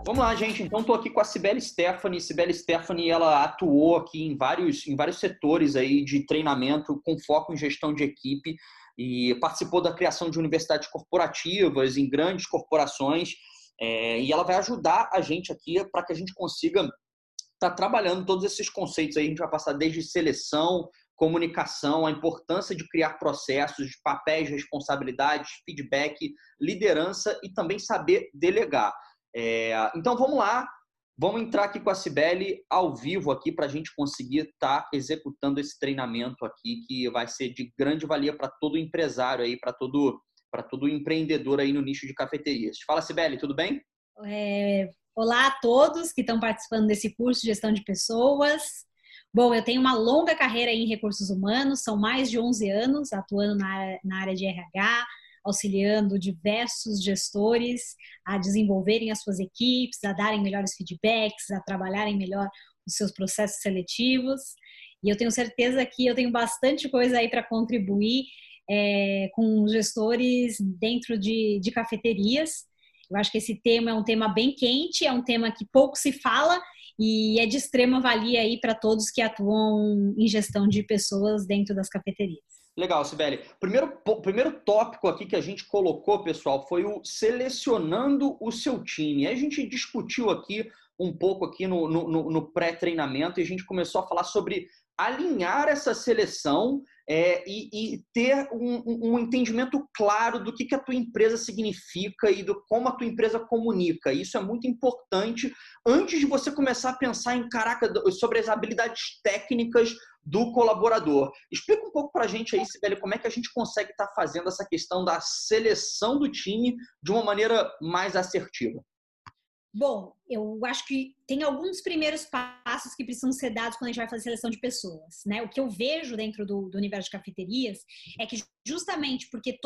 Vamos lá, gente. Então, estou aqui com a Cibele Stephanie. Cibele Stephanie, ela atuou aqui em vários setores aí de treinamento com foco em gestão de equipe e participou da criação de universidades corporativas em grandes corporações. E ela vai ajudar a gente aqui para que a gente consiga estar trabalhando todos esses conceitos aí. A gente vai passar desde seleção, comunicação, a importância de criar processos, de papéis, responsabilidades, feedback, liderança e também saber delegar. Então vamos lá, vamos entrar aqui com a Cibele ao vivo aqui para a gente conseguir estar executando esse treinamento aqui que vai ser de grande valia para todo empresário aí, para todo empreendedor aí no nicho de cafeterias. Fala, Cibele, tudo bem? Olá a todos que estão participando desse curso de gestão de pessoas. Bom, eu tenho uma longa carreira em recursos humanos, são mais de 11 anos atuando na área de RH, auxiliando diversos gestores a desenvolverem as suas equipes, a darem melhores feedbacks, a trabalharem melhor os seus processos seletivos. E eu tenho certeza que eu tenho bastante coisa aí para contribuir com gestores dentro de cafeterias. Eu acho que esse tema é um tema bem quente, é um tema que pouco se fala e é de extrema valia aí para todos que atuam em gestão de pessoas dentro das cafeterias. Legal, Cibele. Primeiro tópico aqui que a gente colocou, pessoal, foi o selecionando o seu time. A gente discutiu aqui um pouco aqui no pré-treinamento e a gente começou a falar sobre alinhar essa seleção e ter um entendimento claro do que a tua empresa significa e do como a tua empresa comunica. Isso é muito importante antes de você começar a pensar sobre as habilidades técnicas do colaborador. Explica um pouco para a gente aí, Cibele, como é que a gente consegue estar fazendo essa questão da seleção do time de uma maneira mais assertiva. Bom, eu acho que tem alguns primeiros passos que precisam ser dados quando a gente vai fazer seleção de pessoas, né? O que eu vejo dentro do universo de cafeterias é que justamente porque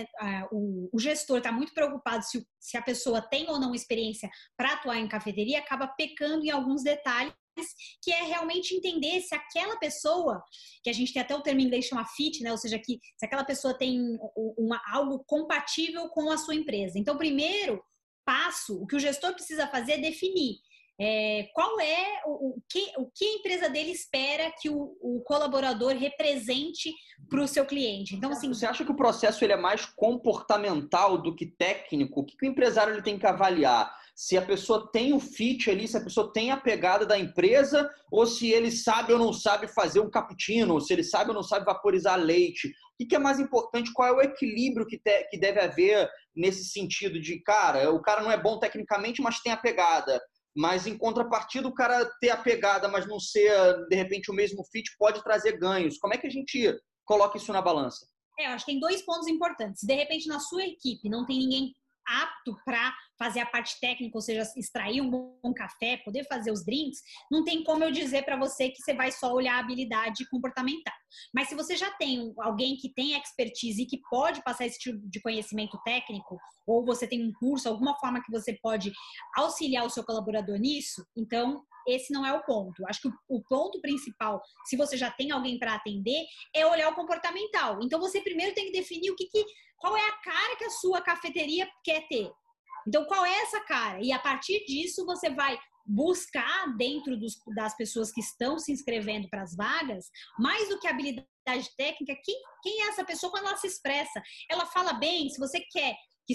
o gestor está muito preocupado se a pessoa tem ou não experiência para atuar em cafeteria, acaba pecando em alguns detalhes que é realmente entender se aquela pessoa, que a gente tem até o termo em inglês chama fit, né? Ou seja, se aquela pessoa tem algo compatível com a sua empresa. Então, primeiro passo, o que o gestor precisa fazer é definir qual é o que a empresa dele espera que o colaborador represente para o seu cliente. Então, assim, você acha que o processo ele é mais comportamental do que técnico? O que o empresário ele tem que avaliar? Se a pessoa tem o fit ali, se a pessoa tem a pegada da empresa, ou se ele sabe ou não sabe fazer um cappuccino, ou se ele sabe ou não sabe vaporizar leite. O que é mais importante? Qual é o equilíbrio que deve haver nesse sentido de, o cara não é bom tecnicamente, mas tem a pegada. Mas, em contrapartida, o cara ter a pegada, mas não ser, de repente, o mesmo fit, pode trazer ganhos. Como é que a gente coloca isso na balança? Eu acho que tem dois pontos importantes. Se, de repente, na sua equipe não tem ninguém apto para fazer a parte técnica, ou seja, extrair um bom café, poder fazer os drinks, não tem como eu dizer para você que você vai só olhar a habilidade comportamental. Mas se você já tem alguém que tem expertise e que pode passar esse tipo de conhecimento técnico, ou você tem um curso, alguma forma que você pode auxiliar o seu colaborador nisso, então esse não é o ponto. Acho que o ponto principal, se você já tem alguém para atender, é olhar o comportamental. Então você primeiro tem que definir qual é a cara que a sua cafeteria quer ter. Então, qual é essa cara? E a partir disso, você vai buscar dentro das pessoas que estão se inscrevendo para as vagas, mais do que a habilidade técnica, quem é essa pessoa quando ela se expressa? Ela fala bem? Se você quer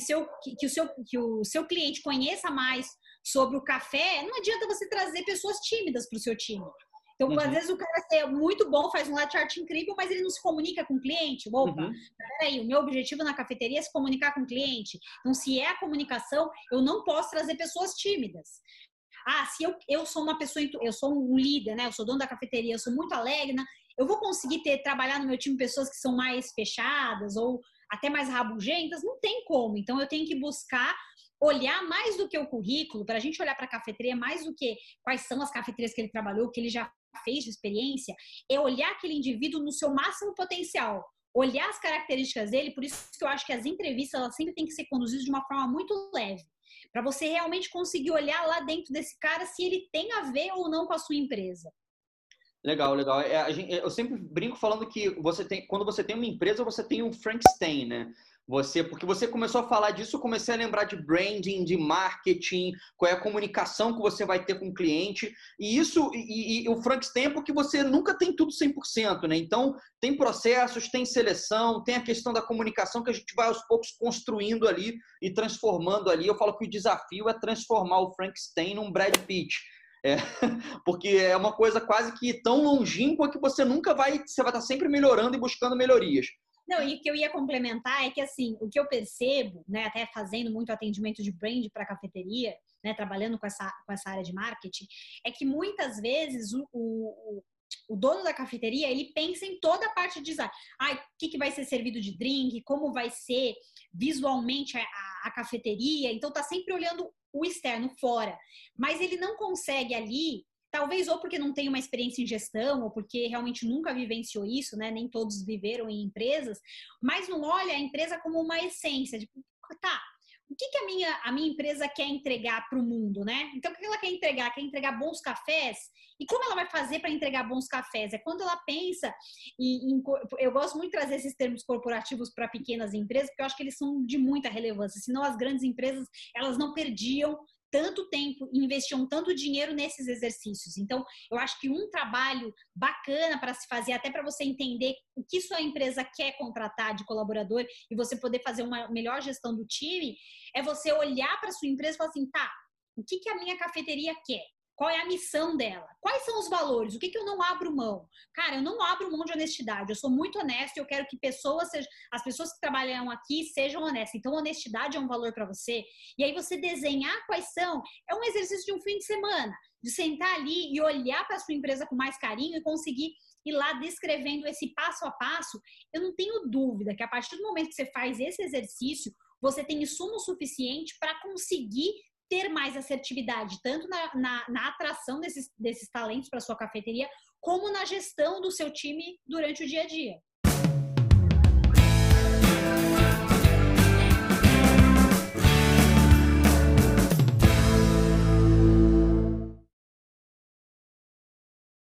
que o seu cliente conheça mais sobre o café, não adianta você trazer pessoas tímidas para o seu time. Então, às vezes o cara é muito bom, faz um latte art incrível, mas ele não se comunica com o cliente. Opa, peraí, o meu objetivo na cafeteria é se comunicar com o cliente. Então, se é a comunicação, eu não posso trazer pessoas tímidas. Se eu sou uma pessoa, eu sou um líder, né? Eu sou dono da cafeteria, eu sou muito alegre, né? Eu vou conseguir trabalhar no meu time pessoas que são mais fechadas ou até mais rabugentas? Não tem como. Então, eu tenho que buscar olhar mais do que o currículo, para a gente olhar para a cafeteria, mais do que quais são as cafeterias que ele trabalhou, que ele já fez de experiência, é olhar aquele indivíduo no seu máximo potencial, olhar as características dele. Por isso que eu acho que as entrevistas elas sempre têm que ser conduzidas de uma forma muito leve, para você realmente conseguir olhar lá dentro desse cara se ele tem a ver ou não com a sua empresa. Legal, legal. Eu sempre brinco falando que quando você tem uma empresa, você tem um Frankenstein, né? Porque você começou a falar disso, eu comecei a lembrar de branding, de marketing, qual é a comunicação que você vai ter com o cliente. E o Frankenstein é porque você nunca tem tudo 100%, né? Então, tem processos, tem seleção, tem a questão da comunicação que a gente vai aos poucos construindo ali e transformando ali. Eu falo que o desafio é transformar o Frankenstein num Brad Pitt. É, porque é uma coisa quase que tão longínqua que você você vai estar sempre melhorando e buscando melhorias. Não, e o que eu ia complementar é que, assim, o que eu percebo, né, até fazendo muito atendimento de brand para cafeteria, né, trabalhando com essa área de marketing, é que muitas vezes o dono da cafeteria, ele pensa em toda a parte de design. O que vai ser servido de drink, como vai ser visualmente a cafeteria. Então, tá sempre olhando o externo, fora. Mas ele não consegue ali, talvez ou porque não tem uma experiência em gestão, ou porque realmente nunca vivenciou isso, né? Nem todos viveram em empresas, mas não olha a empresa como uma essência. Tá, o que a minha empresa quer entregar para o mundo, né? Então, o que ela quer entregar? Quer entregar bons cafés? E como ela vai fazer para entregar bons cafés? É quando ela pensa eu gosto muito de trazer esses termos corporativos para pequenas empresas, porque eu acho que eles são de muita relevância. Senão as grandes empresas, elas não perdiam tanto tempo, investiam tanto dinheiro nesses exercícios. Então, eu acho que um trabalho bacana para se fazer, até para você entender o que sua empresa quer contratar de colaborador e você poder fazer uma melhor gestão do time, é você olhar para sua empresa e falar assim, tá, o que a minha cafeteria quer? Qual é a missão dela? Quais são os valores? O que eu não abro mão? Cara, eu não abro mão de honestidade. Eu sou muito honesta e eu quero que as pessoas que trabalham aqui sejam honestas. Então, honestidade é um valor para você. E aí, você desenhar quais são. É um exercício de um fim de semana. De sentar ali e olhar para a sua empresa com mais carinho e conseguir ir lá descrevendo esse passo a passo. Eu não tenho dúvida que a partir do momento que você faz esse exercício, você tem insumo suficiente para conseguir ter mais assertividade, tanto na atração desses talentos para sua cafeteria, como na gestão do seu time durante o dia a dia.